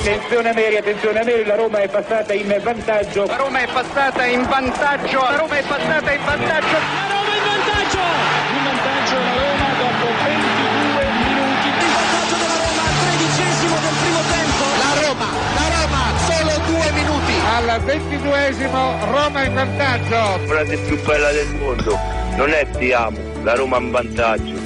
Attenzione Ameri, la Roma è passata in vantaggio. La Roma è passata in vantaggio. In vantaggio la Roma dopo 22 minuti. In vantaggio della Roma al 13° del primo tempo. La Roma, solo 2 minuti. Al 22esimo Roma in vantaggio. La frase più bella del mondo non è ti amo, la Roma in vantaggio.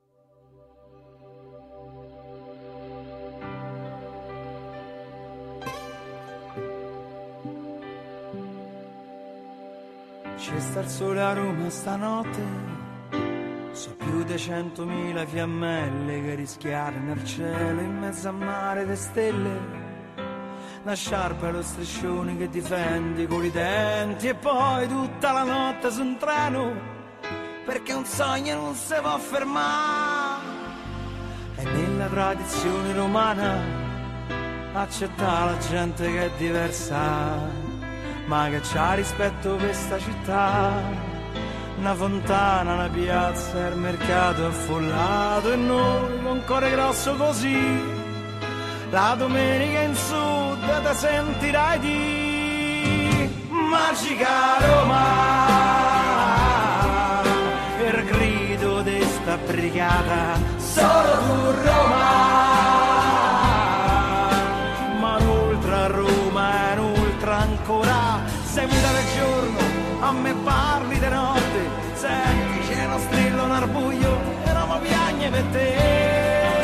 C'è sta il sole a Roma stanotte, so più di 100.000 fiammelle che rischiare nel cielo in mezzo a mare di stelle. Una sciarpa e lo striscione che difendi con i denti e poi tutta la notte su un treno, perché un sogno non si può fermare. E nella tradizione romana accetta la gente che è diversa, ma che c'ha rispetto per questa città. Una fontana, una piazza, il mercato affollato e noi con cuore grosso così. La domenica in sud te sentirai di Magica Roma, il grido di sta brigata, solo tu Roma. Ma un'ultra Roma è un'ultra ancora, sei muta del giorno, a me parli di notte, senti c'è uno strillo, un arbuglio e Roma piagne per te.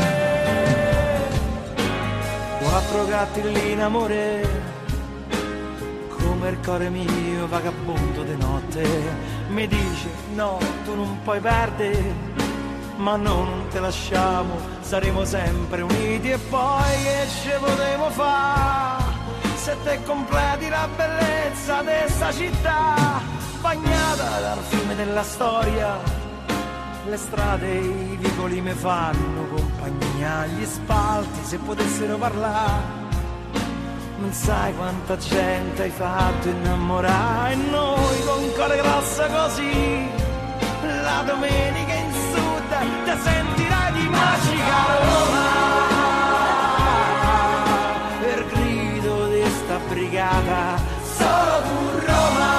4 gatti lì in amore, come il cuore mio vagabondo di notte, mi dice no, tu non puoi perdere, ma no, non te lasciamo, saremo sempre uniti. E poi che ce potevo fare se te completi la bellezza di sta città, bagnata dal fiume della storia. Le strade e i vicoli mi fanno compagnia, gli spalti se potessero parlare. Non sai quanta gente hai fatto innamorare, e noi con cuore grosso così. La domenica in sud ti sentirai di Magica Roma, per grido di sta brigata, solo tu Roma.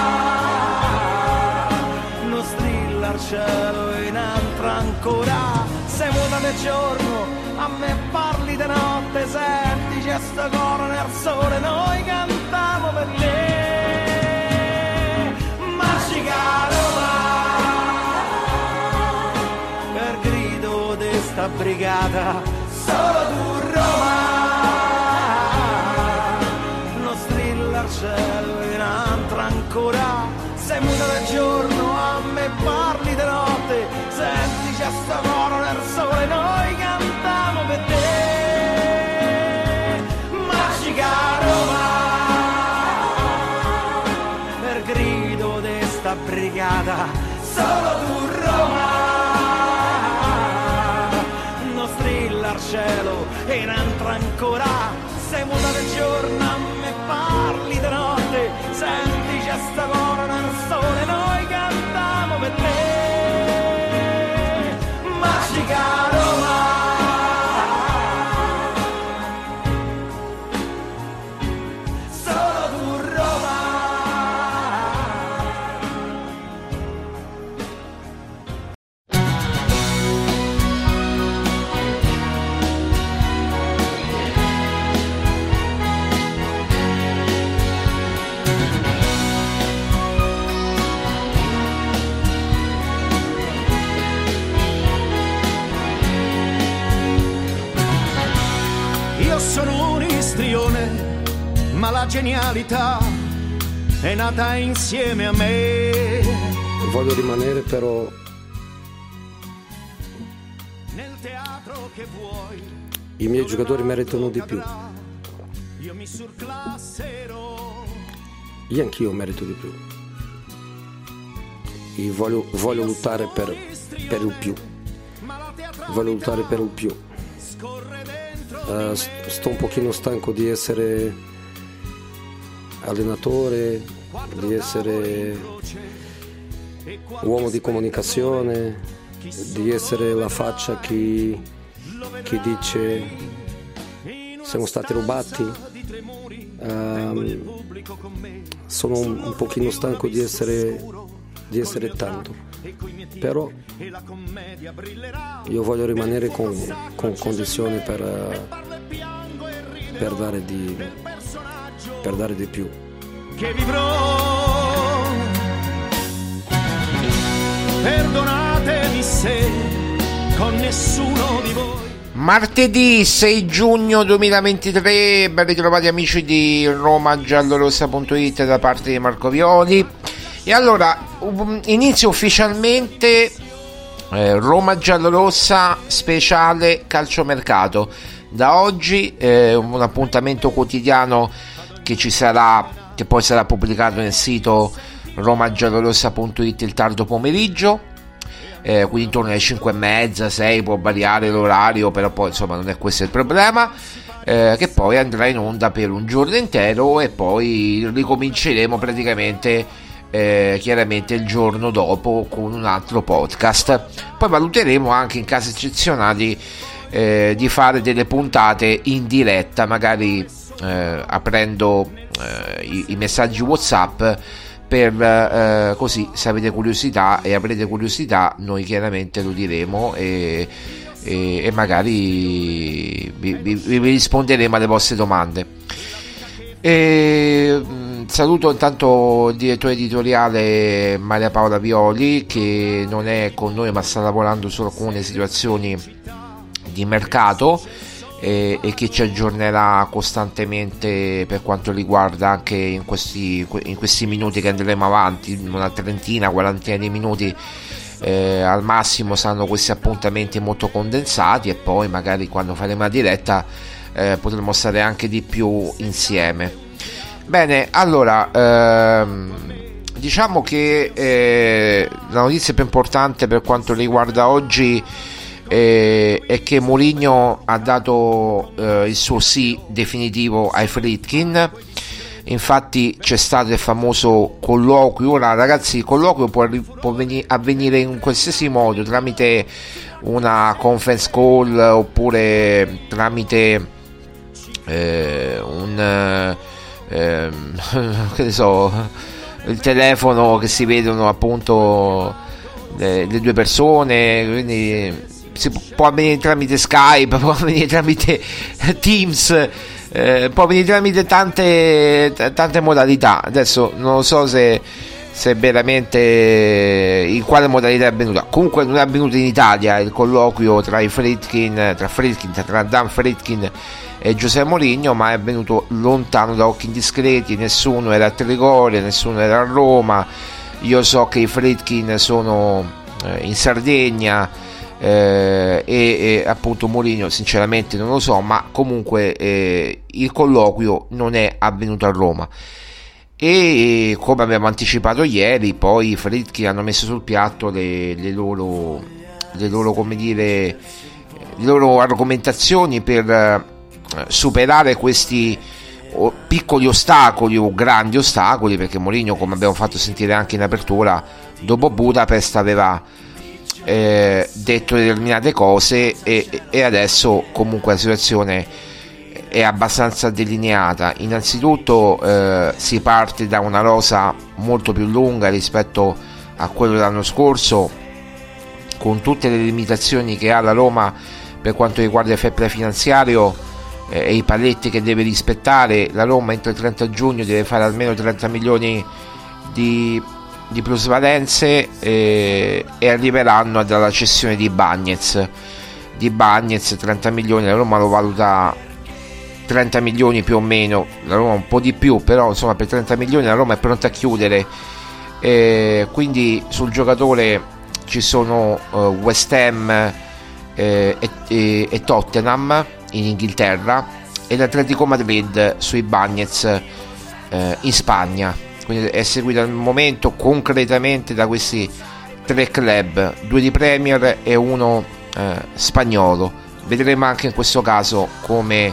Non strilla al cielo in altra ancora, sei muta del giorno, a me parli di notte, senti c'è sto coro nel sole, noi cantiamo per lei. Magica Roma, per grido di sta brigata, solo tu Roma. Non strilla al cielo in altra ancora, sei muta del giorno, a me parli di notte, senti c'è sto coro nel sole, noi cantiamo per te. Magica Roma, per grido di sta brigata, solo tu Roma. Non strilla al cielo e in altra ancora, sei muta del giorno, a me parli di notte, senti c'è sta coro nel sole, noi cantiamo per te. Magica Roma, solo tu Roma. Sono un istrione, ma la genialità è nata insieme a me. Voglio rimanere però nel teatro che vuoi. I miei giocatori meritano di più. Io mi surclasserò. Io anch'io merito di più. Io voglio lottare per il più. Voglio lottare per il più. Sto un pochino stanco di essere allenatore, di essere uomo di comunicazione, di essere la faccia che dice siamo stati rubati. Sono un pochino stanco di essere tanto, però io voglio rimanere con condizioni per dare di più. Che vivrò, perdonatemi se con nessuno di voi. Martedì 6 giugno 2023, ben ritrovati amici di romagiallorossa.it da parte di Marco Violi. E allora inizio ufficialmente Roma Giallorossa speciale calciomercato. Da oggi un appuntamento quotidiano che ci sarà, che poi sarà pubblicato nel sito romagiallorossa.it il tardo pomeriggio, quindi intorno alle 5:30, 6, può variare l'orario, però poi insomma non è questo il problema, che poi andrà in onda per un giorno intero e poi ricominceremo praticamente chiaramente il giorno dopo con un altro podcast. Poi valuteremo anche in casi eccezionali di fare delle puntate in diretta, magari aprendo i messaggi WhatsApp per così, se avete curiosità e avrete curiosità, noi chiaramente lo diremo e magari vi risponderemo alle vostre domande. Saluto intanto il direttore editoriale Maria Paola Violi, che non è con noi ma sta lavorando su alcune situazioni di mercato e che ci aggiornerà costantemente per quanto riguarda anche in questi minuti che andremo avanti, una quarantina di minuti al massimo saranno questi appuntamenti molto condensati, e poi magari quando faremo la diretta potremo stare anche di più insieme. Bene, allora diciamo che la notizia più importante per quanto riguarda oggi è che Mourinho ha dato il suo sì definitivo ai Friedkin. Infatti c'è stato il famoso colloquio. Ora ragazzi, il colloquio può avvenire in qualsiasi modo, tramite una conference call oppure tramite che ne so, il telefono, che si vedono appunto le due persone, quindi può avvenire tramite Skype, può avvenire tramite Teams, può avvenire tramite tante modalità. Adesso non lo so se veramente in quale modalità è avvenuta. Comunque non è avvenuto in Italia il colloquio tra Dan Friedkin e Giuseppe Mourinho, ma è avvenuto lontano da occhi indiscreti. Nessuno era a Trigoria, nessuno era a Roma. Io so che i Friedkin sono in Sardegna, e appunto Mourinho sinceramente non lo so, ma comunque il colloquio non è avvenuto a Roma. E come abbiamo anticipato ieri, poi i Friedkin hanno messo sul piatto le loro come dire, le loro argomentazioni per superare questi piccoli ostacoli o grandi ostacoli, perché Mourinho, come abbiamo fatto sentire anche in apertura, dopo Budapest aveva detto determinate cose e adesso comunque la situazione è abbastanza delineata. Innanzitutto si parte da una rosa molto più lunga rispetto a quello dell'anno scorso, con tutte le limitazioni che ha la Roma per quanto riguarda il fair play finanziario e i paletti che deve rispettare. La Roma entro il 30 giugno deve fare almeno 30 milioni di plusvalenze e arriveranno dalla cessione di Bagnez. 30 milioni, la Roma lo valuta 30 milioni più o meno, la Roma un po' di più, però insomma per 30 milioni la Roma è pronta a chiudere, quindi sul giocatore ci sono West Ham e Tottenham in Inghilterra e l'Atletico Madrid sui Bagnez in Spagna. Quindi è seguito al momento concretamente da questi 3 club, 2 di Premier e 1 spagnolo. Vedremo anche in questo caso come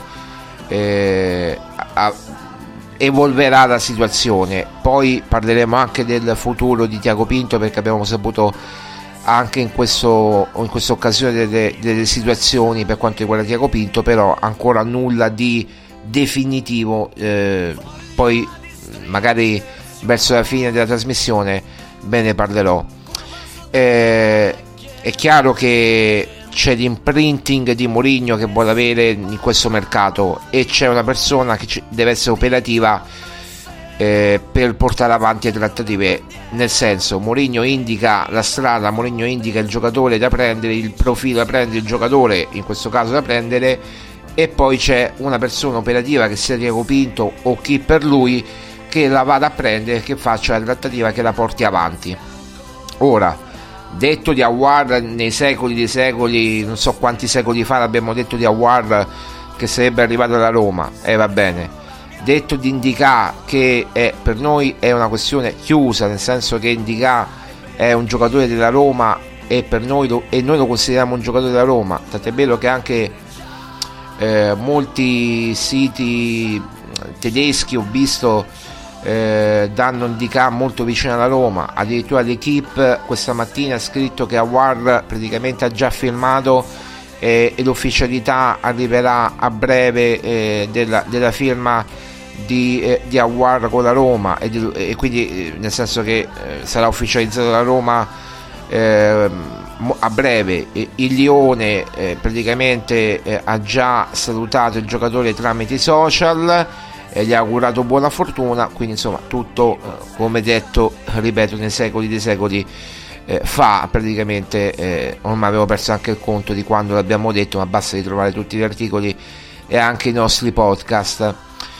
evolverà la situazione. Poi parleremo anche del futuro di Tiago Pinto, perché abbiamo saputo anche in questa occasione delle situazioni per quanto riguarda Tiago Pinto, però ancora nulla di definitivo. Poi magari verso la fine della trasmissione ve ne parlerò. È chiaro che c'è l'imprinting di Mourinho che vuole avere in questo mercato, e c'è una persona che deve essere operativa per portare avanti le trattative, nel senso, Mourinho indica la strada, Mourinho indica il giocatore da prendere, il profilo da prendere, il giocatore in questo caso da prendere, e poi c'è una persona operativa, che sia Tiago Pinto o chi per lui, che la vada a prendere, che faccia la trattativa, che la porti avanti. Ora, detto di Aouar nei secoli dei secoli, non so quanti secoli fa l'abbiamo detto di Aouar che sarebbe arrivato alla Roma, va bene. Detto di Ndicà, che per noi è una questione chiusa, nel senso che Ndicà è un giocatore della Roma e per noi noi lo consideriamo un giocatore della Roma, tant'è vero che anche molti siti tedeschi, ho visto, danno Ndicà molto vicino alla Roma. Addirittura l'Equipe questa mattina ha scritto che Aouar praticamente ha già firmato e l'ufficialità arriverà a breve della firma di Aouar con la Roma, e quindi nel senso che sarà ufficializzato la Roma a breve. Il Lione praticamente ha già salutato il giocatore tramite i social e gli ha augurato buona fortuna, quindi insomma tutto come detto, ripeto, nei secoli dei secoli fa, praticamente ormai avevo perso anche il conto di quando l'abbiamo detto, ma basta ritrovare tutti gli articoli e anche i nostri podcast.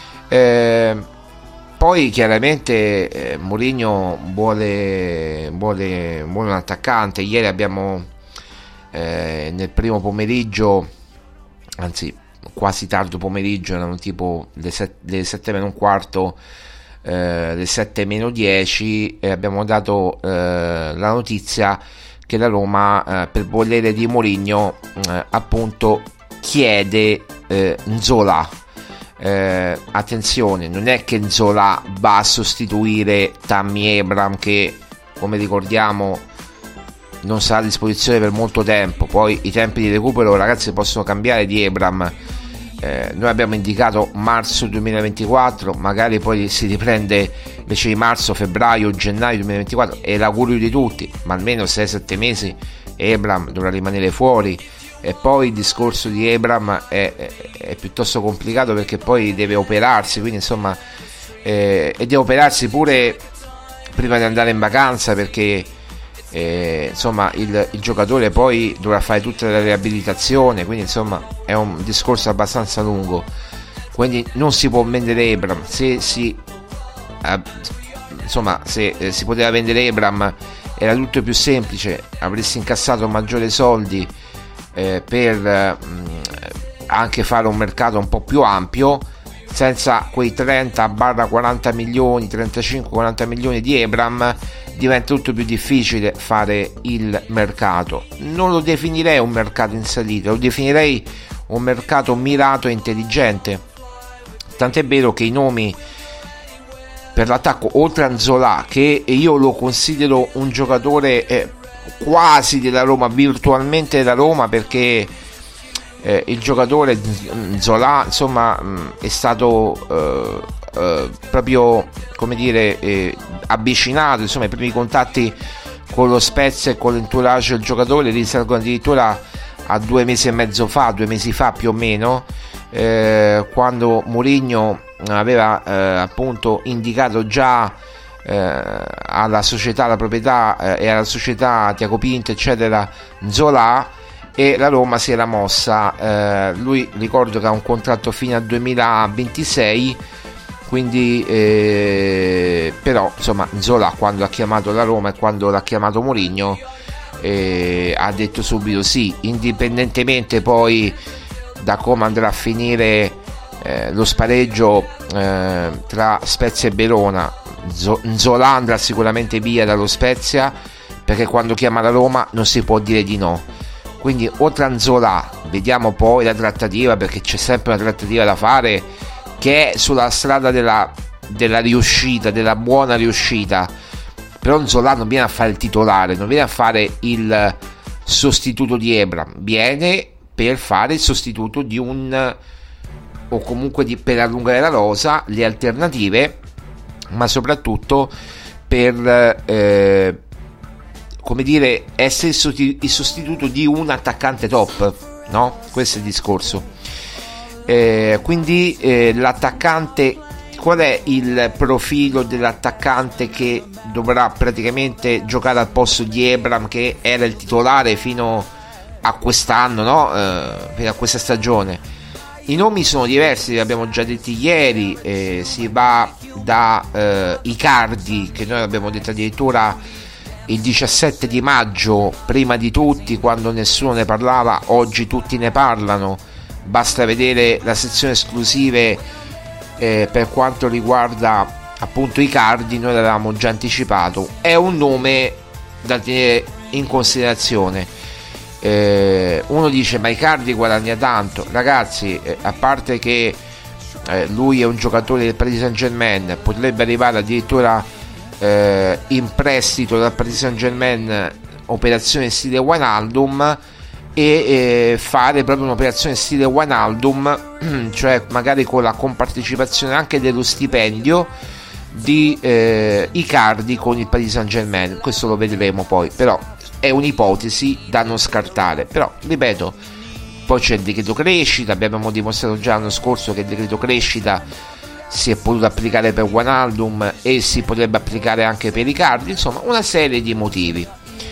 Poi chiaramente Mourinho vuole un attaccante. Ieri abbiamo nel primo pomeriggio, anzi quasi tardo pomeriggio, erano tipo le 7 meno un quarto, le 7 meno 10, abbiamo dato la notizia che la Roma per volere di Mourinho appunto chiede Nzola. Attenzione, non è che Nzola va a sostituire Tammy Abraham, che come ricordiamo non sarà a disposizione per molto tempo. Poi i tempi di recupero, ragazzi, possono cambiare di Abraham. Noi abbiamo indicato marzo 2024, magari poi si riprende invece di marzo, febbraio, gennaio 2024, è l'augurio di tutti, ma almeno 6-7 mesi Abraham dovrà rimanere fuori. E poi il discorso di Abraham è piuttosto complicato, perché poi deve operarsi, quindi insomma e deve operarsi pure prima di andare in vacanza, perché insomma il giocatore poi dovrà fare tutta la riabilitazione, quindi insomma è un discorso abbastanza lungo, quindi non si può vendere Abraham. Se si poteva vendere Abraham era tutto più semplice, avresti incassato maggiori soldi per anche fare un mercato un po' più ampio, senza quei 30-40 milioni, 35-40 milioni di Abraham diventa tutto più difficile fare il mercato. Non lo definirei un mercato in salita, lo definirei un mercato mirato e intelligente, tant'è vero che i nomi per l'attacco, oltre a Nzola, che io lo considero un giocatore quasi della Roma, virtualmente della Roma, perché il giocatore Nzola insomma è stato proprio, come dire, avvicinato, insomma i primi contatti con lo Spezia e con l'entourage del giocatore risalgono addirittura a 2 mesi e mezzo fa, 2 mesi fa più o meno, quando Mourinho aveva appunto indicato già alla società, alla proprietà e alla società Tiago Pinto eccetera Nzola, e la Roma si era mossa. Lui, ricordo che ha un contratto fino al 2026, quindi però insomma Nzola, quando ha chiamato la Roma e quando l'ha chiamato Mourinho, ha detto subito sì, indipendentemente poi da come andrà a finire lo spareggio tra Spezia e Verona. Nzola andrà sicuramente via dallo Spezia, perché quando chiama la Roma non si può dire di no. Quindi oltre a Nzola vediamo poi la trattativa, perché c'è sempre una trattativa da fare che è sulla strada della riuscita, della buona riuscita. però Zola non viene a fare il titolare, non viene a fare il sostituto di Ebram, viene per fare il sostituto di un, o comunque per allungare la rosa, le alternative, ma soprattutto per come dire, essere il sostituto di un attaccante top, no? Questo è il discorso. Quindi l'attaccante, qual è il profilo dell'attaccante che dovrà praticamente giocare al posto di Ebram, che era il titolare fino a quest'anno, no? Fino a questa stagione? I nomi sono diversi, li abbiamo già detti ieri. Si va da Icardi, che noi abbiamo detto addirittura il 17 di maggio, prima di tutti, quando nessuno ne parlava. Oggi tutti ne parlano, basta vedere la sezione esclusive per quanto riguarda appunto Icardi. Noi l'avevamo già anticipato, è un nome da tenere in considerazione. Uno dice ma Icardi guadagna tanto. Ragazzi, a parte che lui è un giocatore del Paris Saint-Germain, potrebbe arrivare addirittura in prestito dal Paris Saint-Germain, operazione stile Wijnaldum, e fare proprio un'operazione stile Wijnaldum, cioè magari con la compartecipazione anche dello stipendio di Icardi con il Paris Saint-Germain. Questo lo vedremo poi, però è un'ipotesi da non scartare. Però ripeto, poi c'è il decreto crescita, abbiamo dimostrato già l'anno scorso che il decreto crescita si è potuto applicare per Wijnaldum e si potrebbe applicare anche per Icardi, insomma una serie di motivi.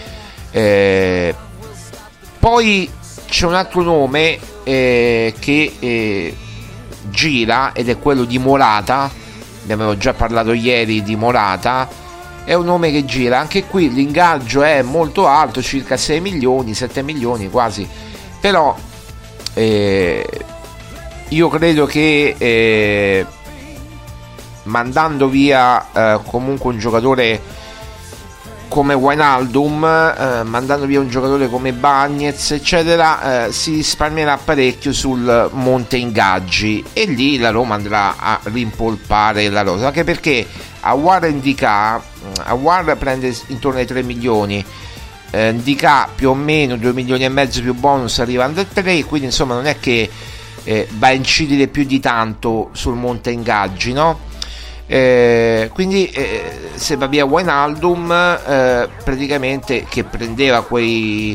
Poi c'è un altro nome che gira, ed è quello di Morata. Abbiamo già parlato ieri di Morata, è un nome che gira, anche qui l'ingaggio è molto alto, circa 6 milioni, 7 milioni quasi, però io credo che mandando via comunque un giocatore come Wijnaldum, mandando via un giocatore come Bagnez eccetera, si risparmierà parecchio sul monte ingaggi, e lì la Roma andrà a rimpolpare la rosa, anche perché Aouar prende intorno ai 3 milioni, Ndicà più o meno 2 milioni e mezzo più bonus arrivando a 3, quindi insomma non è che va a incidere più di tanto sul monte ingaggi, no? Quindi se va via Wijnaldum, praticamente, che prendeva quei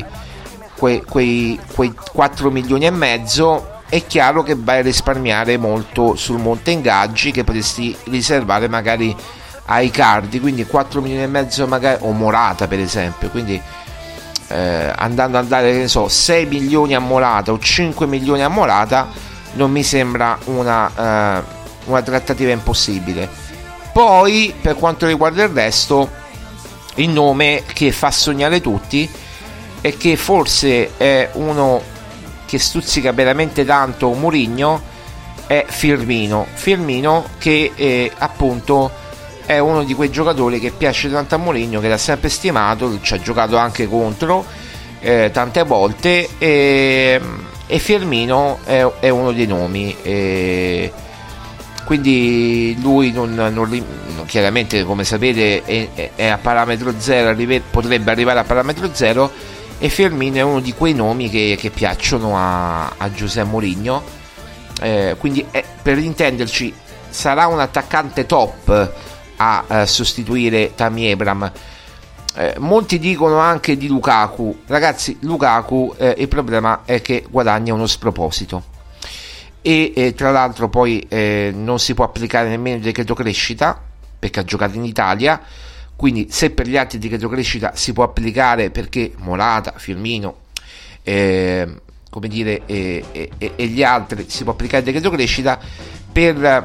4 milioni e mezzo, è chiaro che vai a risparmiare molto sul monte ingaggi, che potresti riservare magari a Icardi, quindi 4 milioni e mezzo magari, o Morata per esempio, quindi andando a dare, che ne so, 6 milioni a Morata o 5 milioni a Morata, non mi sembra una trattativa impossibile. Poi per quanto riguarda il resto, il nome che fa sognare tutti, e che forse è uno che stuzzica veramente tanto Mourinho, è Firmino, che appunto è uno di quei giocatori che piace tanto a Mourinho, che l'ha sempre stimato, ci ha giocato anche contro tante volte, e Firmino è uno dei nomi, quindi lui non chiaramente, come sapete, è a parametro zero, potrebbe arrivare a parametro zero, e Firmino è uno di quei nomi che piacciono a Giuseppe Mourinho, quindi per intenderci sarà un attaccante top a sostituire Tammy Abraham. Molti dicono anche di Lukaku. Ragazzi, Lukaku il problema è che guadagna uno sproposito, e tra l'altro poi non si può applicare nemmeno il decreto crescita perché ha giocato in Italia, quindi se per gli altri il decreto crescita si può applicare, perché Morata, Firmino come dire, e gli altri si può applicare il decreto crescita, per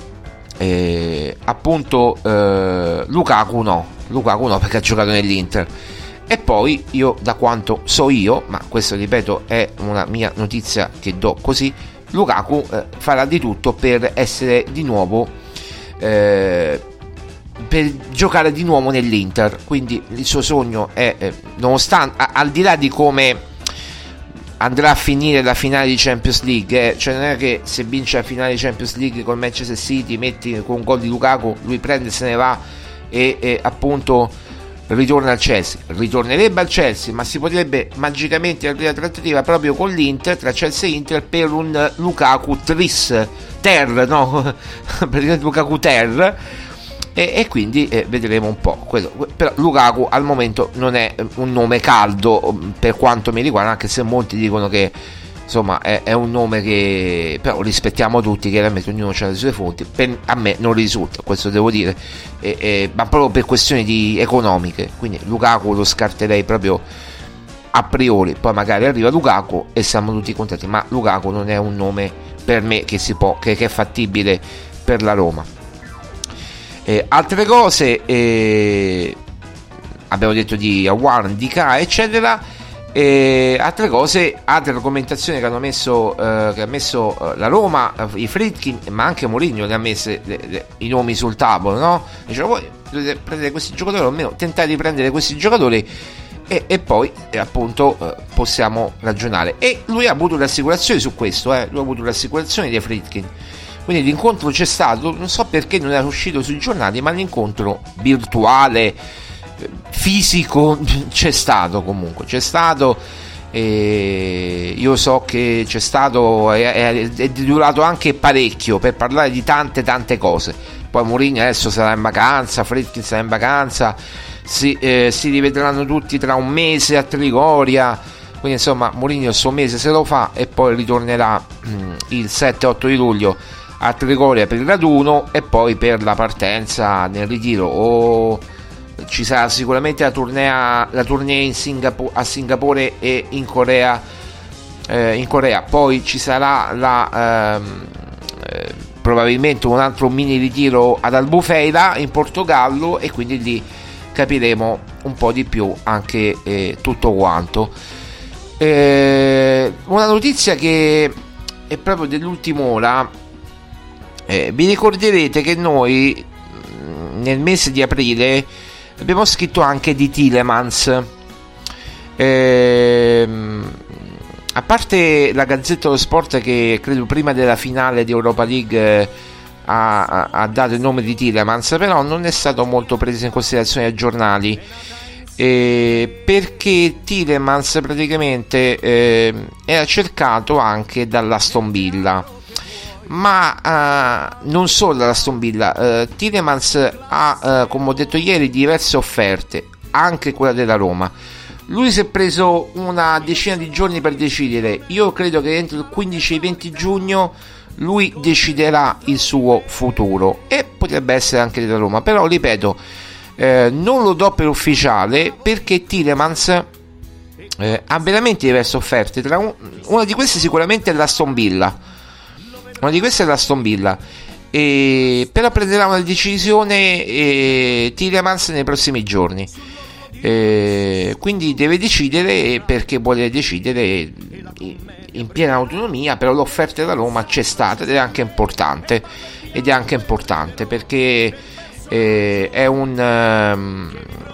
appunto Lukaku no, perché ha giocato nell'Inter. E poi io, da quanto so io, ma questo ripeto è una mia notizia che do così, Lukaku farà di tutto per essere di nuovo per giocare di nuovo nell'Inter, quindi il suo sogno è nonostante, al di là di come andrà a finire la finale di Champions League, cioè non è che se vince la finale di Champions League con Manchester City, metti con un gol di Lukaku, lui prende e se ne va, e appunto ritorna al Chelsea, ritornerebbe al Chelsea, ma si potrebbe magicamente aprire la trattativa proprio con l'Inter, tra Chelsea e Inter, per un Lukaku Ter, no? Praticamente Lukaku Ter, e quindi vedremo un po'. Però Lukaku al momento non è un nome caldo per quanto mi riguarda, anche se molti dicono che insomma è un nome che però rispettiamo tutti, chiaramente ognuno ha le sue fonti. A me non risulta, questo devo dire, ma proprio per questioni economiche, quindi Lukaku lo scarterei proprio a priori. Poi magari arriva Lukaku e siamo tutti contenti, ma Lukaku non è un nome per me che è fattibile per la Roma. Altre cose, abbiamo detto di Aouar, di Ka, eccetera. Altre cose, altre argomentazioni che ha messo la Roma, i Friedkin, ma anche Mourinho le ha messe i nomi sul tavolo, no? Diceva, voi dovete prendere questi giocatori, o almeno tentare di prendere questi giocatori, e poi appunto possiamo ragionare. E lui ha avuto l'assicurazione su questo, lui ha avuto l'assicurazione dei Friedkin. Quindi l'incontro c'è stato, non so perché non era uscito sui giornali, ma l'incontro virtuale, fisico, c'è stato. Io so che c'è stato, è durato anche parecchio per parlare di tante cose. Poi Mourinho adesso sarà in vacanza, Friedkin sarà in vacanza, si rivedranno tutti tra un mese a Trigoria, quindi insomma Mourinho il suo mese se lo fa e poi ritornerà il 7-8 di luglio a Trigoria per il raduno e poi per la partenza nel ritiro. Ci sarà sicuramente la tournée a Singapore e in Corea, poi ci sarà probabilmente un altro mini ritiro ad Albufeira in Portogallo, e quindi lì capiremo un po' di più anche tutto quanto. Una notizia che è proprio dell'ultima ora. Vi ricorderete che noi nel mese di aprile abbiamo scritto anche di Tielemans, a parte la Gazzetta dello Sport che credo prima della finale di Europa League ha dato il nome di Tielemans, però non è stato molto preso in considerazione dai giornali, perché Tielemans praticamente era cercato anche dall'Aston Villa, ma non solo dall'Aston Villa. Tielemans ha, come ho detto ieri, diverse offerte, anche quella della Roma. Lui si è preso una decina di giorni per decidere. Io credo che entro il 15 e 20 giugno lui deciderà il suo futuro, e potrebbe essere anche della Roma, però ripeto, non lo do per ufficiale, perché Tielemans ha veramente diverse offerte. Una di queste sicuramente è l'Aston Villa. Però prenderà una decisione Tielemans nei prossimi giorni, quindi deve decidere, perché vuole decidere in piena autonomia. Però l'offerta della Roma c'è stata ed è anche importante, perché è un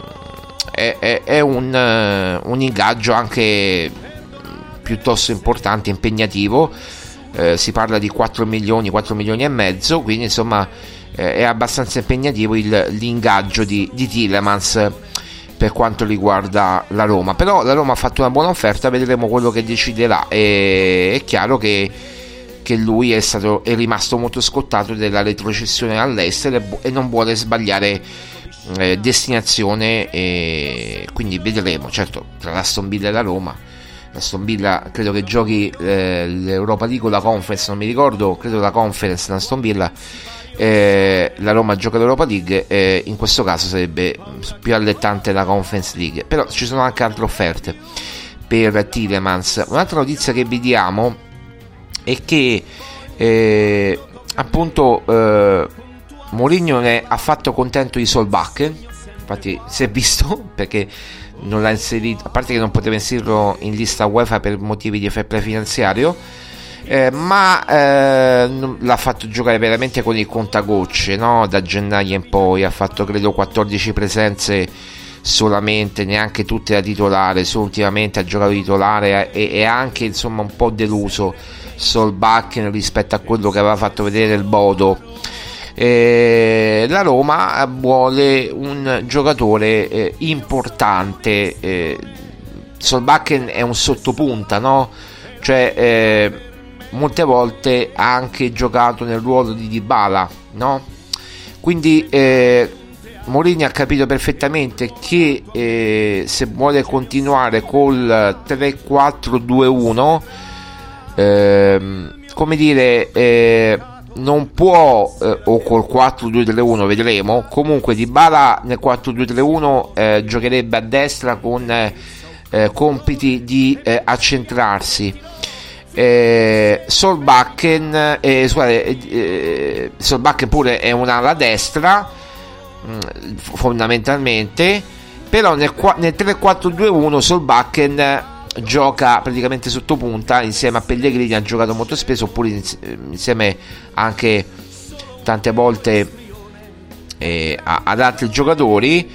ingaggio anche piuttosto importante, impegnativo. Si parla di 4 milioni e mezzo, quindi insomma è abbastanza impegnativo l'ingaggio di Tielemans per quanto riguarda la Roma. Però la Roma ha fatto una buona offerta, vedremo quello che deciderà. È chiaro che lui è rimasto molto scottato della retrocessione all'estero e non vuole sbagliare destinazione, quindi vedremo. Certo, tra l'Aston Villa e la Roma, l'Aston Villa credo che giochi l'Europa League o la Conference, non mi ricordo, credo la Conference l'Aston Villa, la Roma gioca l'Europa League, in questo caso sarebbe più allettante la Conference League. Però ci sono anche altre offerte per Tielemans. Un'altra notizia che vi diamo è che appunto Mourinho ne ha fatto contento di Solbakken, infatti si è visto, perché non l'ha inserito, a parte che non poteva inserirlo in lista UEFA per motivi di fair play finanziario, ma l'ha fatto giocare veramente con il contagocce, no? Da gennaio in poi ha fatto credo 14 presenze solamente, neanche tutte da titolare. Ultimamente ha giocato titolare e anche insomma un po' deluso Solbakken rispetto a quello che aveva fatto vedere il Bodo. La Roma vuole un giocatore importante. Solbakken è un sottopunta, no? Cioè molte volte ha anche giocato nel ruolo di Dybala, no? Quindi Mourinho ha capito perfettamente che se vuole continuare col 3-4-2-1, come dire, non può, o col 4-2-3-1, vedremo. Comunque Dybala nel 4-2-3-1 giocherebbe a destra con compiti di accentrarsi. Solbakken pure è un'ala destra fondamentalmente, però nel 3-4-2-1 Solbakken gioca praticamente sotto punta insieme a Pellegrini, ha giocato molto spesso, oppure insieme anche tante volte ad altri giocatori,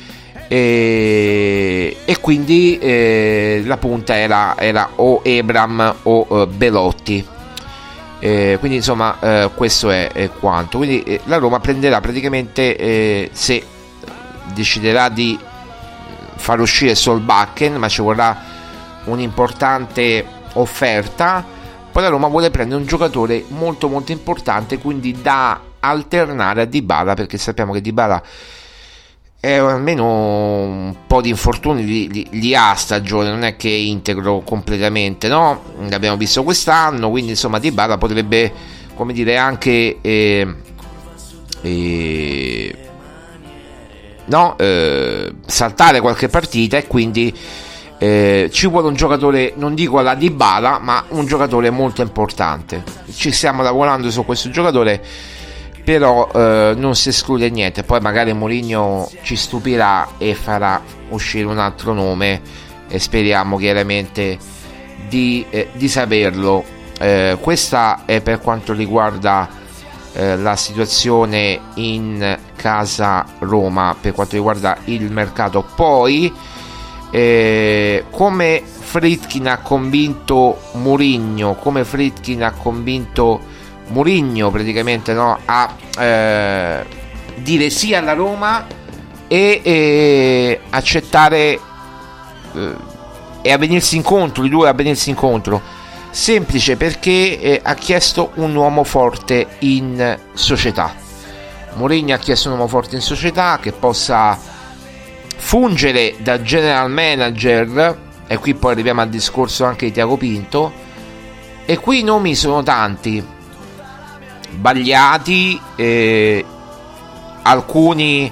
e quindi la punta era o Ebram o Belotti, quindi insomma questo è quanto. Quindi la Roma prenderà praticamente, se deciderà di far uscire Solbakken, ma ci vorrà un'importante offerta, poi la Roma vuole prendere un giocatore molto molto importante, quindi da alternare a Dybala, perché sappiamo che Dybala almeno un po' di infortuni li ha a stagione, non è che è integro completamente, no? L'abbiamo visto quest'anno, quindi insomma Dybala potrebbe, come dire, anche saltare qualche partita, e quindi ci vuole un giocatore, non dico alla Dybala, ma un giocatore molto importante. Ci stiamo lavorando su questo giocatore, però non si esclude niente. Poi magari Mourinho ci stupirà e farà uscire un altro nome, e speriamo chiaramente di saperlo. Questa è per quanto riguarda la situazione in casa Roma, per quanto riguarda il mercato. Poi come Friedkin ha convinto Mourinho, praticamente, no, a dire sì alla Roma e accettare e a venirsi incontro, i due a venirsi incontro. Semplice, perché ha chiesto un uomo forte in società. Mourinho ha chiesto un uomo forte in società che possa fungere da general manager, e qui poi arriviamo al discorso anche di Tiago Pinto, e qui i nomi sono tanti, Bagliati, alcuni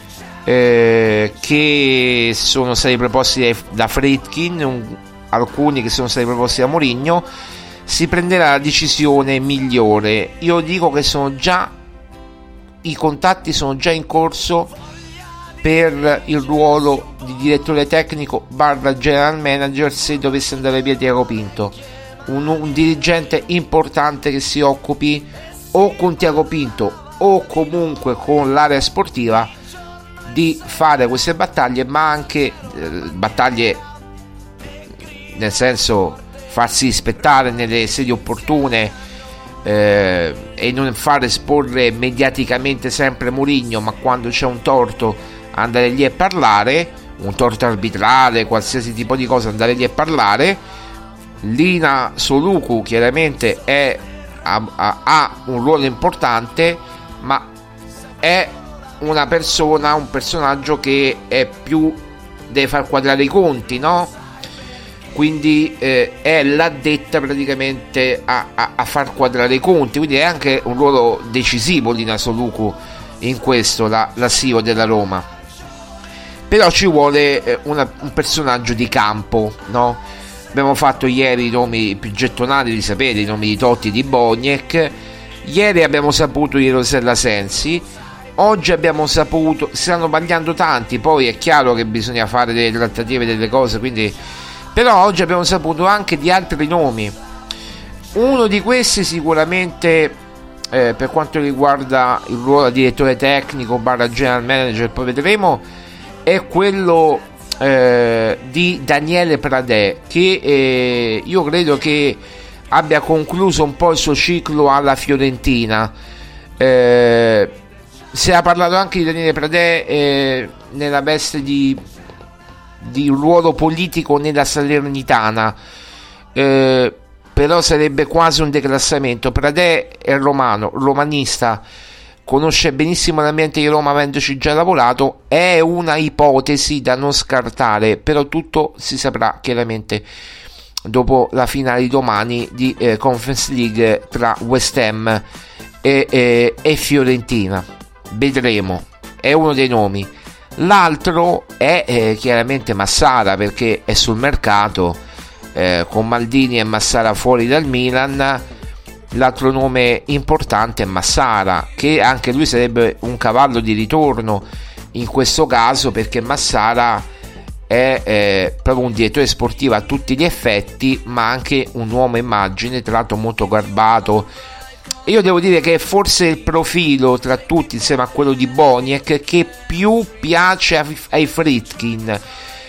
che sono stati proposti da Friedkin, alcuni che sono stati proposti da Mourinho. Si prenderà la decisione migliore. Io dico che i contatti sono già in corso per il ruolo di direttore tecnico / general manager, se dovesse andare via Tiago Pinto. Un dirigente importante che si occupi o con Tiago Pinto o comunque con l'area sportiva di fare queste battaglie, ma anche battaglie nel senso farsi rispettare nelle sedi opportune, e non far esporre mediaticamente sempre Mourinho, ma quando c'è un torto andare lì e parlare, un torto arbitrale, qualsiasi tipo di cosa, andare lì e parlare. Lina Soluku chiaramente ha un ruolo importante, ma è una persona, un personaggio che è più, deve far quadrare i conti, no? Quindi è l'addetta praticamente a far quadrare i conti, quindi è anche un ruolo decisivo Lina Soluku in questo, la CEO della Roma. Però ci vuole un personaggio di campo, no? Abbiamo fatto ieri i nomi più gettonati, li sapete, i nomi di Totti, di Boniek. Ieri abbiamo saputo di Rosella Sensi. Oggi abbiamo saputo, stanno vagliando tanti, poi è chiaro che bisogna fare delle trattative, delle cose, quindi, però oggi abbiamo saputo anche di altri nomi. Uno di questi sicuramente, per quanto riguarda il ruolo di direttore tecnico / general manager, poi vedremo, è quello di Daniele Pradè, che io credo che abbia concluso un po' il suo ciclo alla Fiorentina. si è parlato anche di Daniele Pradè nella veste di un ruolo politico nella Salernitana, però sarebbe quasi un declassamento. Pradè è romanista, conosce benissimo l'ambiente di Roma avendoci già lavorato, è una ipotesi da non scartare, però tutto si saprà chiaramente dopo la finale di domani di Conference League tra West Ham e Fiorentina. Vedremo, è uno dei nomi. L'altro è chiaramente Massara, perché è sul mercato, con Maldini e Massara fuori dal Milan. L'altro nome importante è Massara, che anche lui sarebbe un cavallo di ritorno in questo caso, perché Massara è proprio un direttore sportivo a tutti gli effetti, ma anche un uomo immagine, tra l'altro molto garbato. Io devo dire che è forse il profilo tra tutti, insieme a quello di Boniek, che più piace ai Friedkin,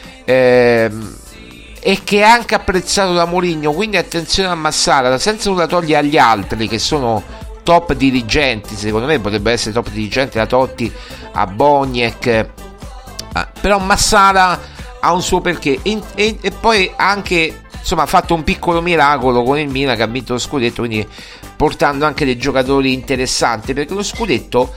e che è anche apprezzato da Mourinho. Quindi attenzione a Massara, senza nulla togliere agli altri che sono top dirigenti. Secondo me potrebbe essere top dirigente da Totti a Boniek, però Massara ha un suo perché, e poi anche, insomma, ha fatto un piccolo miracolo con il Milan, che ha vinto lo scudetto, quindi portando anche dei giocatori interessanti, perché lo scudetto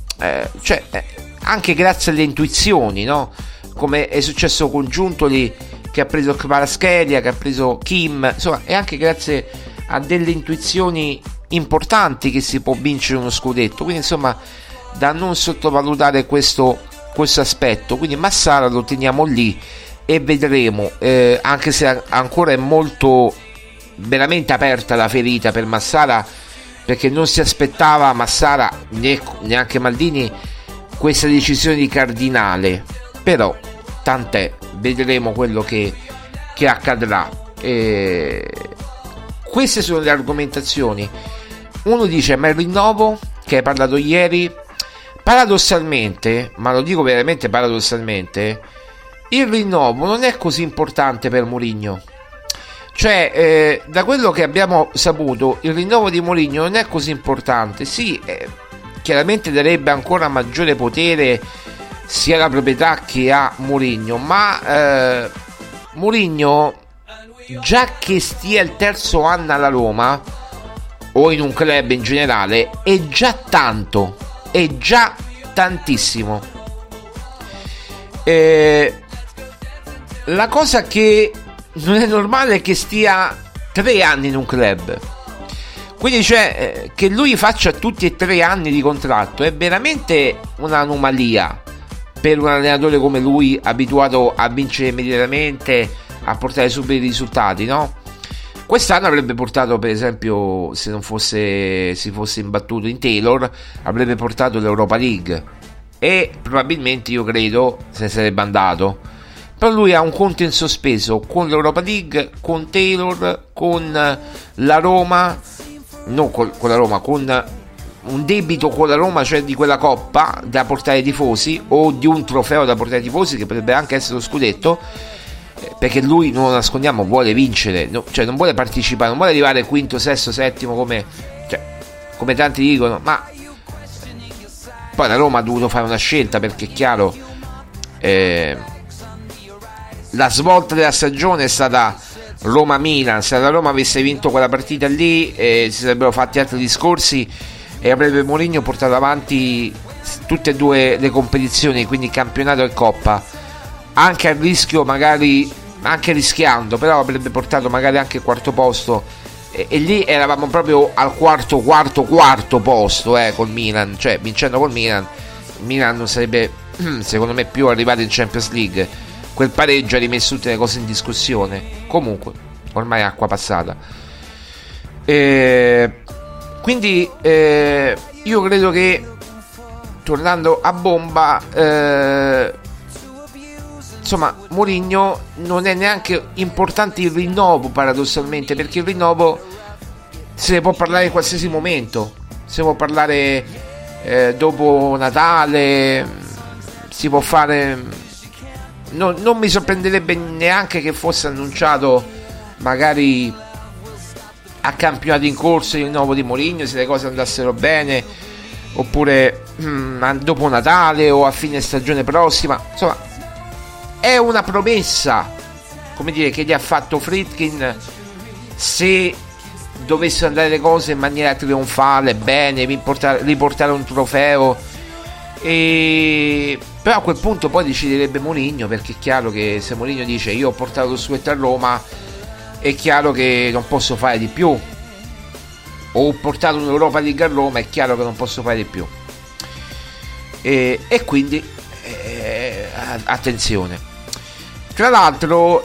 anche grazie alle intuizioni, no? Come è successo con Giuntoli, che ha preso Kvaratskhelia, che ha preso Kim, insomma, è anche grazie a delle intuizioni importanti che si può vincere uno scudetto, quindi insomma da non sottovalutare questo aspetto. Quindi Massara lo teniamo lì e vedremo, anche se ancora è molto veramente aperta la ferita per Massara, perché non si aspettava Massara, neanche Maldini, questa decisione di Cardinale, però tant'è, vedremo quello che accadrà. Queste sono le argomentazioni. Uno dice: ma il rinnovo che hai parlato ieri, paradossalmente, ma lo dico veramente paradossalmente, il rinnovo non è così importante per Mourinho. Cioè, da quello che abbiamo saputo, il rinnovo di Mourinho non è così importante. Sì, chiaramente darebbe ancora maggiore potere sia alla proprietà che a Mourinho, ma Mourinho, già che stia il terzo anno alla Roma o in un club in generale, è già tanto, è già tantissimo. La cosa che non è normale è che stia 3 anni in un club, quindi cioè che lui faccia tutti e 3 anni di contratto è veramente un'anomalia per un allenatore come lui, abituato a vincere immediatamente, a portare subito i risultati, no? Quest'anno avrebbe portato, per esempio, se non fosse si fosse imbattuto in Taylor, avrebbe portato l'Europa League e probabilmente, io credo, se ne sarebbe andato. Però lui ha un conto in sospeso con l'Europa League, con Taylor, con la Roma, non con la Roma, con un debito con la Roma, cioè di quella coppa da portare ai tifosi, o di un trofeo da portare ai tifosi, che potrebbe anche essere lo scudetto, perché lui, non lo nascondiamo, vuole vincere, no? Cioè non vuole partecipare, non vuole arrivare quinto, sesto, settimo come tanti dicono, ma poi la Roma ha dovuto fare una scelta, perché è chiaro, la svolta della stagione è stata Roma-Milan. Se la Roma avesse vinto quella partita lì, si sarebbero fatti altri discorsi e avrebbe Mourinho portato avanti tutte e due le competizioni, quindi campionato e coppa, anche a rischio, magari anche rischiando, però avrebbe portato magari anche il quarto posto, e lì eravamo proprio al quarto posto col Milan, cioè vincendo col Milan non sarebbe secondo me più arrivato in Champions League. Quel pareggio ha rimesso tutte le cose in discussione. Comunque ormai è acqua passata, quindi io credo che, tornando a bomba, insomma, Mourinho non è neanche importante il rinnovo, paradossalmente, perché il rinnovo se ne può parlare in qualsiasi momento, se può parlare dopo Natale, si può fare. Non mi sorprenderebbe neanche che fosse annunciato magari a campionato in corso il rinnovo di Mourinho, se le cose andassero bene, oppure dopo Natale o a fine stagione prossima. Insomma, è una promessa, come dire, che gli ha fatto Friedkin. Se dovessero andare le cose in maniera trionfale, bene, riportare un trofeo, però a quel punto poi deciderebbe Mourinho, perché è chiaro che se Mourinho dice io ho portato lo scudetto a Roma, è chiaro che non posso fare di più, o ho portato un'Europa League a Roma, è chiaro che non posso fare di più, e quindi attenzione. Tra l'altro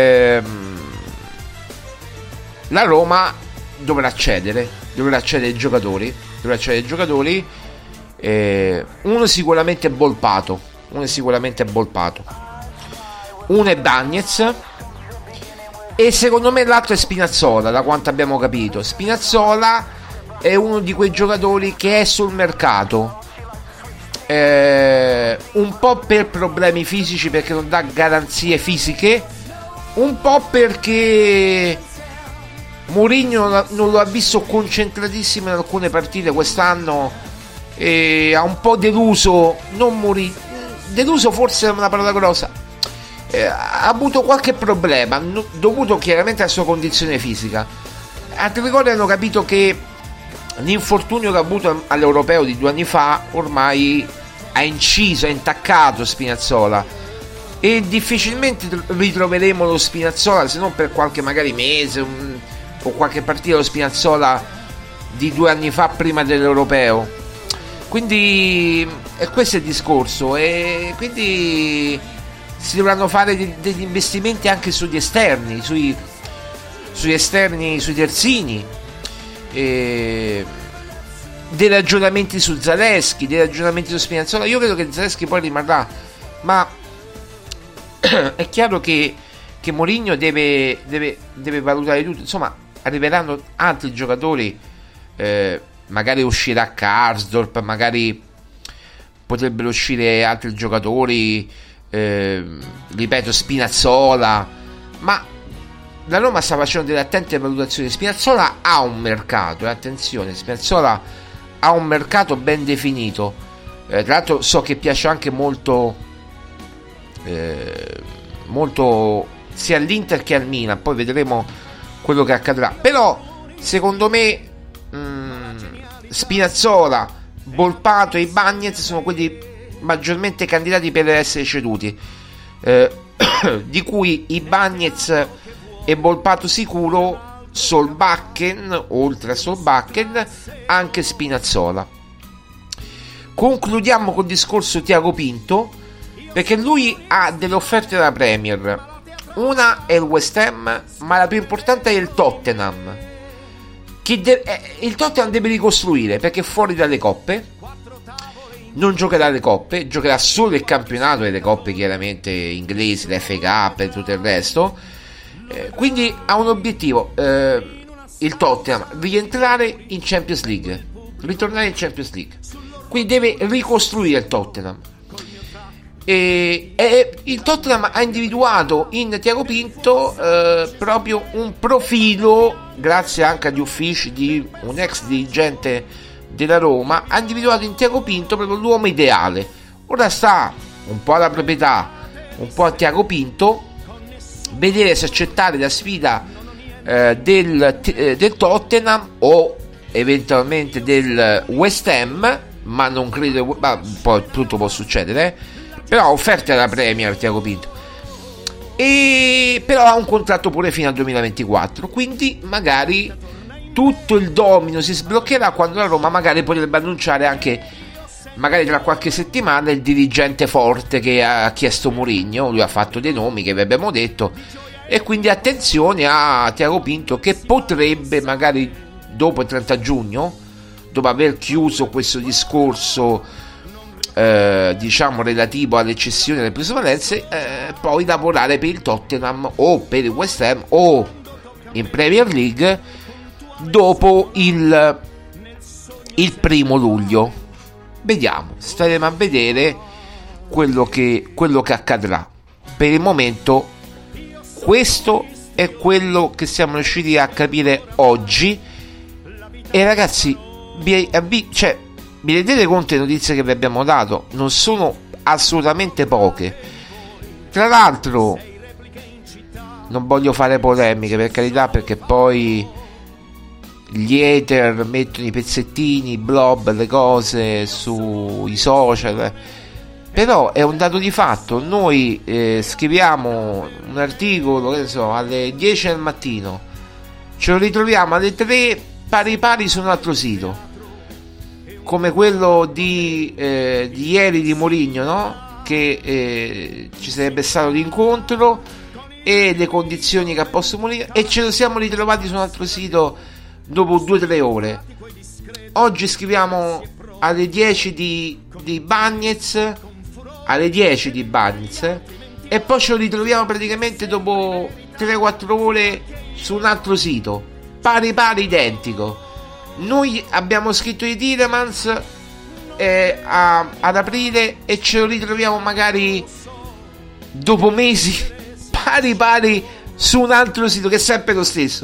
la Roma dovrà cedere i giocatori, uno sicuramente è Volpato, uno è Bagnez, e secondo me l'altro è Spinazzola. Da quanto abbiamo capito, Spinazzola è uno di quei giocatori che è sul mercato, un po' per problemi fisici, perché non dà garanzie fisiche, un po' perché Mourinho non lo ha visto concentratissimo in alcune partite quest'anno, e ha un po' deluso, deluso forse è una parola grossa, ha avuto qualche problema dovuto chiaramente alla sua condizione fisica. Altri ricordi hanno capito che l'infortunio che ha avuto all'Europeo di 2 anni fa ormai ha intaccato Spinazzola, e difficilmente ritroveremo lo Spinazzola, se non per qualche magari mese o qualche partita, lo Spinazzola di 2 anni fa prima dell'Europeo. Quindi questo è il discorso, e quindi si dovranno fare degli investimenti anche sugli esterni, sui terzini, dei ragionamenti su Zalewski, dei ragionamenti su Spinazzola. Io credo che Zalewski poi rimarrà, ma è chiaro che Mourinho deve valutare tutto. Insomma, arriveranno altri giocatori, magari uscirà Karsdorp, magari potrebbero uscire altri giocatori, ripeto, Spinazzola, ma la Roma sta facendo delle attente valutazioni. Spinazzola ha un mercato, attenzione, Spinazzola ha un mercato ben definito, tra l'altro so che piace anche molto sia all'Inter che al Milan, poi vedremo quello che accadrà. Però secondo me Spinazzola, Volpato e Bagnez sono quelli maggiormente candidati per essere ceduti, di cui i Bagnez e Volpato sicuro, Solbakken, oltre a Solbakken anche Spinazzola. Concludiamo col discorso Tiago Pinto, perché lui ha delle offerte dalla Premier. Una è il West Ham, ma la più importante è il Tottenham, il Tottenham deve ricostruire, perché è fuori dalle coppe, non giocherà le coppe, giocherà solo il campionato e le coppe chiaramente inglesi, la FA Cup e tutto il resto, quindi ha un obiettivo, il Tottenham, rientrare in Champions League, ritornare in Champions League, quindi deve ricostruire il Tottenham. E il Tottenham ha individuato in Tiago Pinto proprio un profilo, grazie anche agli uffici di un ex dirigente della Roma, ha individuato in Tiago Pinto proprio l'uomo ideale. Ora sta un po' alla proprietà, un po' a Tiago Pinto, vedere se accettare la sfida del Tottenham o eventualmente del West Ham, ma non credo, ma poi tutto può succedere, però offerte alla Premier Tiago Pinto, e però ha un contratto pure fino al 2024, quindi magari tutto il domino si sbloccherà quando la Roma magari potrebbe annunciare anche, magari tra qualche settimana, il dirigente forte che ha chiesto Mourinho. Lui ha fatto dei nomi che vi abbiamo detto, e quindi attenzione a Tiago Pinto, che potrebbe magari dopo il 30 giugno, dopo aver chiuso questo discorso diciamo relativo alle cessioni e alle plusvalenze, poi lavorare per il Tottenham o per il West Ham o in Premier League dopo il 1 luglio. Vediamo, staremo a vedere quello che accadrà. Per il momento questo è quello che siamo riusciti a capire oggi, e ragazzi, vi rendete conto delle notizie che vi abbiamo dato? Non sono assolutamente poche. Tra l'altro non voglio fare polemiche, per carità, perché poi gli hater mettono i pezzettini, i blob, le cose sui social, però è un dato di fatto. Noi scriviamo un articolo, che ne so, alle 10 del mattino, ce lo ritroviamo alle 3 pari su un altro sito, come quello di ieri di Mourinho, no? Che ci sarebbe stato l'incontro e le condizioni che ha posto Mourinho, e ce lo siamo ritrovati su un altro sito dopo 2-3 ore. Oggi scriviamo alle 10 di Bagnez, alle 10 di Bagnez, e poi ce lo ritroviamo praticamente dopo 3-4 ore su un altro sito, pari identico. Noi abbiamo scritto di Tielemans ad aprile e ce lo ritroviamo magari dopo mesi pari su un altro sito che è sempre lo stesso.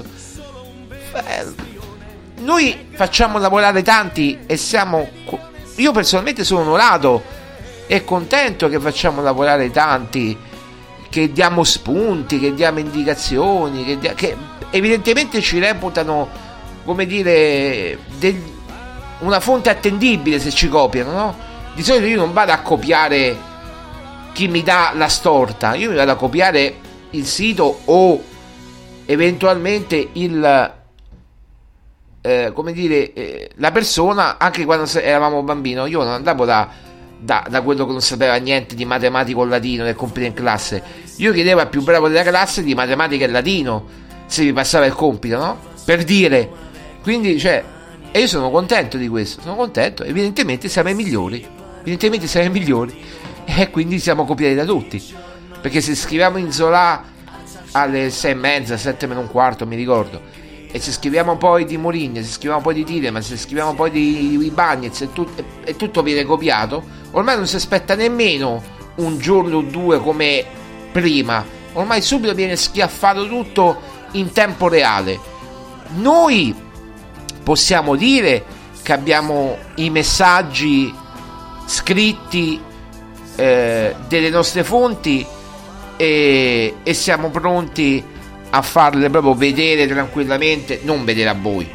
Noi facciamo lavorare tanti e io personalmente sono onorato e contento che facciamo lavorare tanti, che diamo spunti, che diamo indicazioni, che evidentemente ci reputano, come dire, una fonte attendibile se ci copiano, no? Di solito io non vado a copiare chi mi dà la storta, io mi vado a copiare il sito o eventualmente la persona. Anche quando eravamo bambini, io non andavo da quello che non sapeva niente di matematica o latino nel compito in classe, io chiedevo al più bravo della classe di matematica e latino se mi passava il compito, no? Per dire. Quindi, e io sono contento di questo, evidentemente siamo i migliori, e quindi siamo copiati da tutti, perché se scriviamo in Zola alle 6:30, 7:15, mi ricordo, e se scriviamo poi di Mourinho, se scriviamo poi di Tielemans, se scriviamo poi di Bagnez, e tutto viene copiato, ormai non si aspetta nemmeno un giorno o due come prima, ormai subito viene schiaffato tutto in tempo reale. Noi possiamo dire che abbiamo i messaggi scritti delle nostre fonti e siamo pronti a farle proprio vedere tranquillamente, non vedere a voi,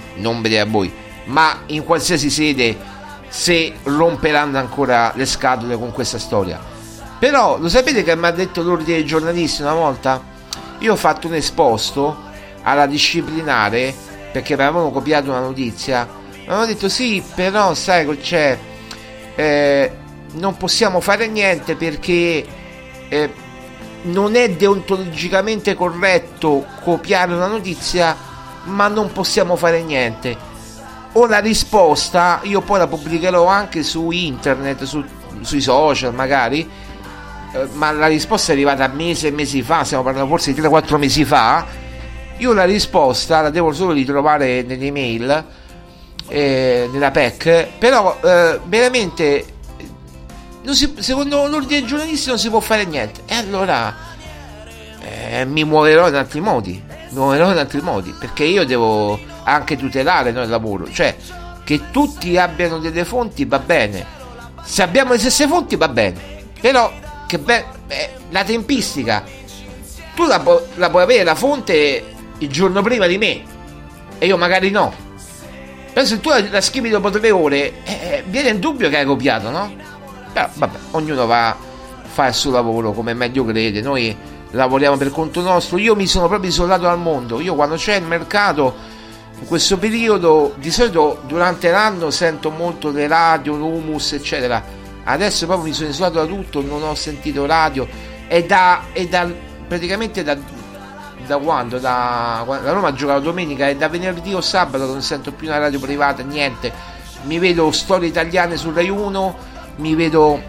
ma in qualsiasi sede, se romperanno ancora le scatole con questa storia. Però lo sapete che mi ha detto l'ordine dei giornalisti una volta? Io ho fatto un esposto alla disciplinare perché avevamo copiato una notizia, mi hanno detto sì, però sai che c'è, non possiamo fare niente perché non è deontologicamente corretto copiare una notizia, ma non possiamo fare niente. O la risposta, io poi la pubblicherò anche su internet, sui social magari, ma la risposta è arrivata mesi e mesi fa, stiamo parlando forse di 3-4 mesi fa. Io la risposta la devo solo ritrovare nell'email, nella PEC, però veramente secondo l'ordine dei giornalisti non si può fare niente, e allora mi muoverò in altri modi, perché io devo anche tutelare il lavoro, cioè che tutti abbiano delle fonti va bene, se abbiamo le stesse fonti va bene, però la tempistica, tu la puoi avere la fonte il giorno prima di me e io magari no, però se tu la scrivi dopo 3 ore viene in dubbio che hai copiato, no? Però vabbè, ognuno fa il suo lavoro come meglio crede, noi lavoriamo per conto nostro. Io mi sono proprio isolato dal mondo, io quando c'è il mercato in questo periodo, di solito durante l'anno sento molto le radio, l'humus eccetera, adesso proprio mi sono isolato da tutto, non ho sentito radio, praticamente da quando la Roma gioca la domenica, e da venerdì o sabato non sento più una radio privata, niente. Mi vedo storie italiane su Rai 1, mi vedo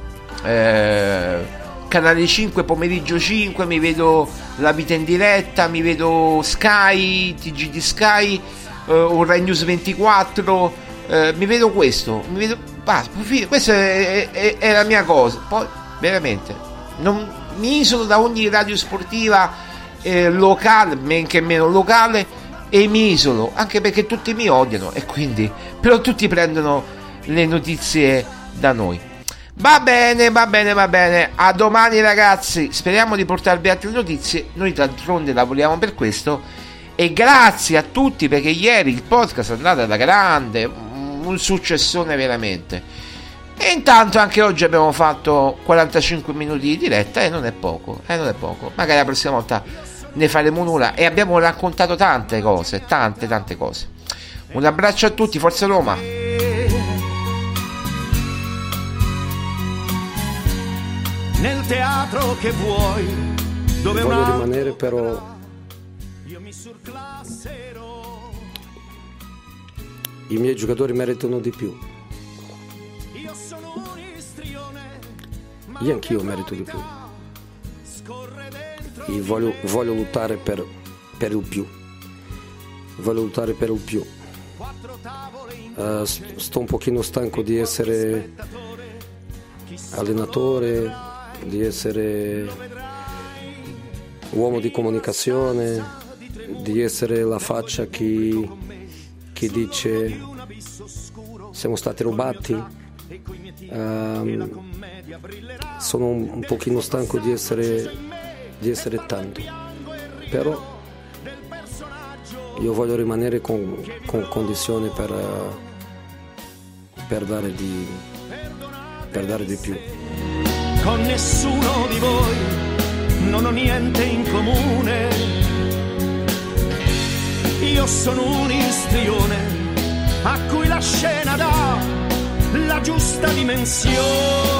Canale 5 pomeriggio 5, mi vedo La Vita in Diretta, mi vedo Sky, TG di Sky, o Rai News 24, mi vedo questo, questa è la mia cosa. Poi veramente non mi isolo da ogni radio sportiva locale, men che meno locale, e mi isolo anche perché tutti mi odiano, e quindi però tutti prendono le notizie da noi. Va bene, a domani ragazzi, speriamo di portarvi altre notizie, noi d'altronde lavoriamo per questo, e grazie a tutti perché ieri il podcast è andato alla grande, un successone veramente, e intanto anche oggi abbiamo fatto 45 minuti di diretta e non è poco, magari la prossima volta ne faremo un'ora, e abbiamo raccontato tante cose, tante cose. Un abbraccio a tutti, forza Roma. Nel teatro che vuoi, dove voglio rimanere, però i miei giocatori meritano di più. Io anch'io merito di più. E voglio lottare per il più. Voglio lottare per il più. Sto un pochino stanco di essere allenatore, di essere uomo di comunicazione, di essere la faccia che dice siamo stati rubati. Sono un pochino stanco di essere tanto, però io voglio rimanere con condizioni per dare di più. Con nessuno di voi non ho niente in comune. Io sono un istrione a cui la scena dà la giusta dimensione.